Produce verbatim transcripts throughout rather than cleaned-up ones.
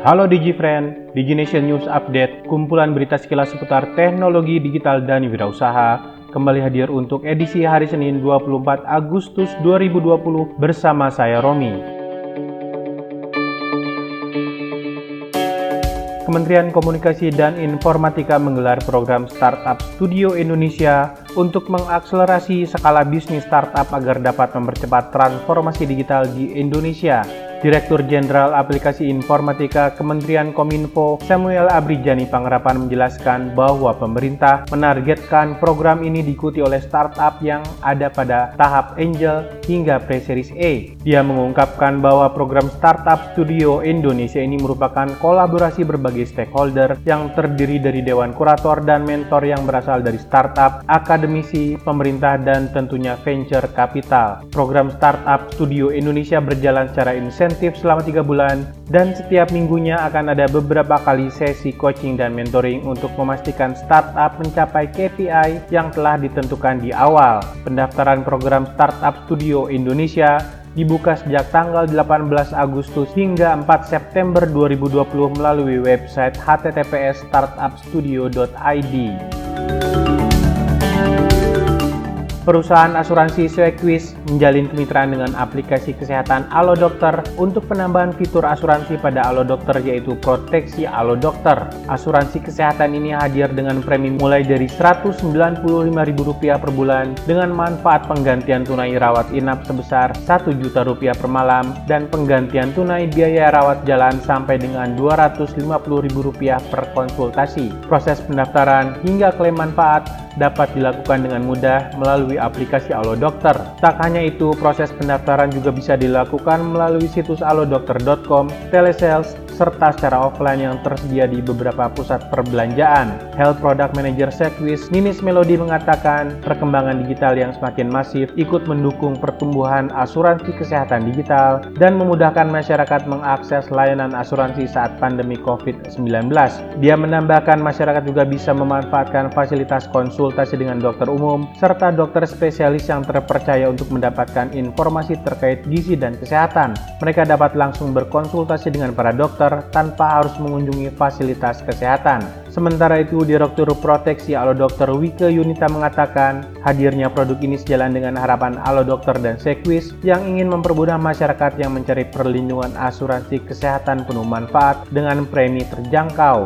Halo DigiFriend, DigiNation News Update, kumpulan berita sekilas seputar teknologi digital dan wirausaha, kembali hadir untuk edisi hari Senin dua puluh empat Agustus dua ribu dua puluh bersama saya Romi. Kementerian Komunikasi dan Informatika menggelar program Startup Studio Indonesia untuk mengakselerasi skala bisnis startup agar dapat mempercepat transformasi digital di Indonesia. Direktur Jenderal Aplikasi Informatika Kementerian Kominfo Samuel Abrijani Pangharapan menjelaskan bahwa pemerintah menargetkan program ini diikuti oleh startup yang ada pada tahap angel hingga pre-series A. Dia mengungkapkan bahwa program Startup Studio Indonesia ini merupakan kolaborasi berbagai stakeholder yang terdiri dari dewan kurator dan mentor yang berasal dari startup, akademisi, pemerintah, dan tentunya venture capital. Program Startup Studio Indonesia berjalan secara insentif selama tiga bulan dan setiap minggunya akan ada beberapa kali sesi coaching dan mentoring untuk memastikan startup mencapai K P I yang telah ditentukan di awal. Pendaftaran program Startup Studio Indonesia dibuka sejak tanggal delapan belas Agustus hingga empat September dua ribu dua puluh melalui website h t t p s startup studio dot i d. Perusahaan asuransi Sequis menjalin kemitraan dengan aplikasi kesehatan AlloDokter untuk penambahan fitur asuransi pada AlloDokter yaitu proteksi AlloDokter. Asuransi kesehatan ini hadir dengan premi mulai dari seratus sembilan puluh lima ribu rupiah per bulan dengan manfaat penggantian tunai rawat inap sebesar satu juta rupiah per malam dan penggantian tunai biaya rawat jalan sampai dengan dua ratus lima puluh ribu rupiah per konsultasi. Proses pendaftaran hingga klaim manfaat dapat dilakukan dengan mudah melalui aplikasi AlloDokter. Tak hanya itu, proses pendaftaran juga bisa dilakukan melalui situs allodokter dot com, telesales, serta secara offline yang tersedia di beberapa pusat perbelanjaan. Health Product Manager Sequis, Ninis Melody mengatakan, perkembangan digital yang semakin masif ikut mendukung pertumbuhan asuransi kesehatan digital dan memudahkan masyarakat mengakses layanan asuransi saat pandemi covid sembilan belas. Dia menambahkan masyarakat juga bisa memanfaatkan fasilitas konsultasi dengan dokter umum serta dokter spesialis yang terpercaya untuk mendapatkan informasi terkait gizi dan kesehatan. Mereka dapat langsung berkonsultasi dengan para dokter tanpa harus mengunjungi fasilitas kesehatan. Sementara itu, Direktur Proteksi AlloDokter Wike Yunita mengatakan, hadirnya produk ini sejalan dengan harapan AlloDokter dan Sequis yang ingin mempermudah masyarakat yang mencari perlindungan asuransi kesehatan penuh manfaat dengan premi terjangkau.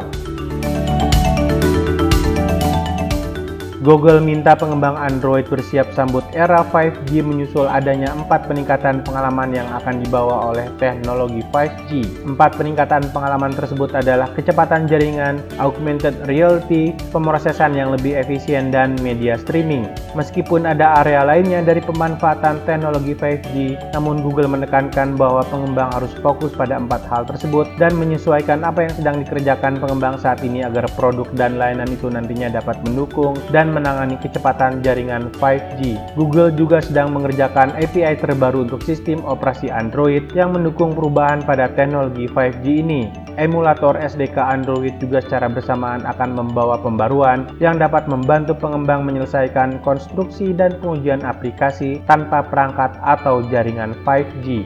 Google minta pengembang Android bersiap sambut era lima G menyusul adanya empat peningkatan pengalaman yang akan dibawa oleh teknologi lima G. Empat peningkatan pengalaman tersebut adalah kecepatan jaringan, augmented reality, pemrosesan yang lebih efisien, dan media streaming. Meskipun ada area lainnya dari pemanfaatan teknologi lima G, namun Google menekankan bahwa pengembang harus fokus pada empat hal tersebut dan menyesuaikan apa yang sedang dikerjakan pengembang saat ini agar produk dan layanan itu nantinya dapat mendukung dan menangani kecepatan jaringan lima G. Google juga sedang mengerjakan A P I terbaru untuk sistem operasi Android yang mendukung perubahan pada teknologi lima G ini. Emulator S D K Android juga secara bersamaan akan membawa pembaruan yang dapat membantu pengembang menyelesaikan konstruksi dan pengujian aplikasi tanpa perangkat atau jaringan lima G.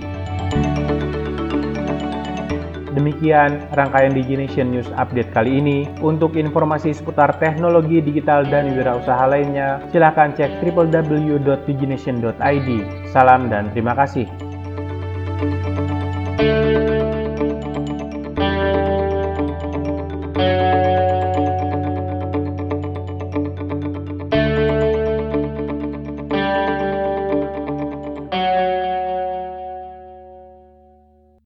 Demikian rangkaian DigiNation News Update kali ini. Untuk informasi seputar teknologi digital dan wirausaha lainnya, silakan cek w w w dot digination dot i d. Salam dan terima kasih.